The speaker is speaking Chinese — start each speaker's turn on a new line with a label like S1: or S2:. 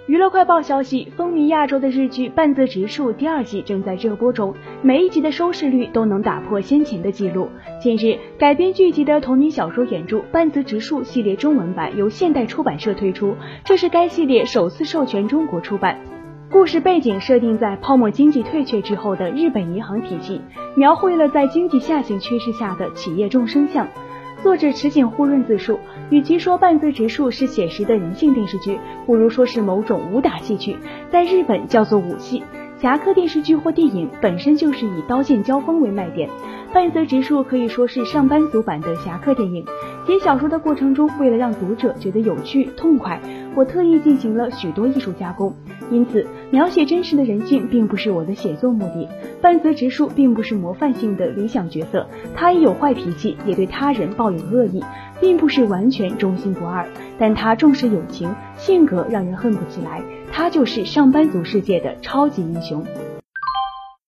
S1: 娱乐快报消息，风靡亚洲的日剧《半泽直树》第2季正在热播中，每一集的收视率都能打破先前的记录。近日，改编剧集的同名小说原著《半泽直树》系列中文版由现代出版社推出，这是该系列首次授权中国出版。故事背景设定在泡沫经济退却之后的日本银行体系，描绘了在经济下行趋势下的企业众生相。作者池井户润自述，与其说半泽直树是写实的人性电视剧，不如说是某种武打戏剧，在日本叫做武戏。侠客电视剧或电影本身就是以刀剑交锋为卖点，半泽直树可以说是上班族版的侠客电影。写小说的过程中，为了让读者觉得有趣痛快，我特意进行了许多艺术加工，因此描写真实的人性并不是我的写作目的。半泽直树并不是模范性的理想角色，他也有坏脾气，也对他人抱有恶意，并不是完全忠心不二，但他重视友情，性格让人恨不起来，他就是上班族世界的超级英雄。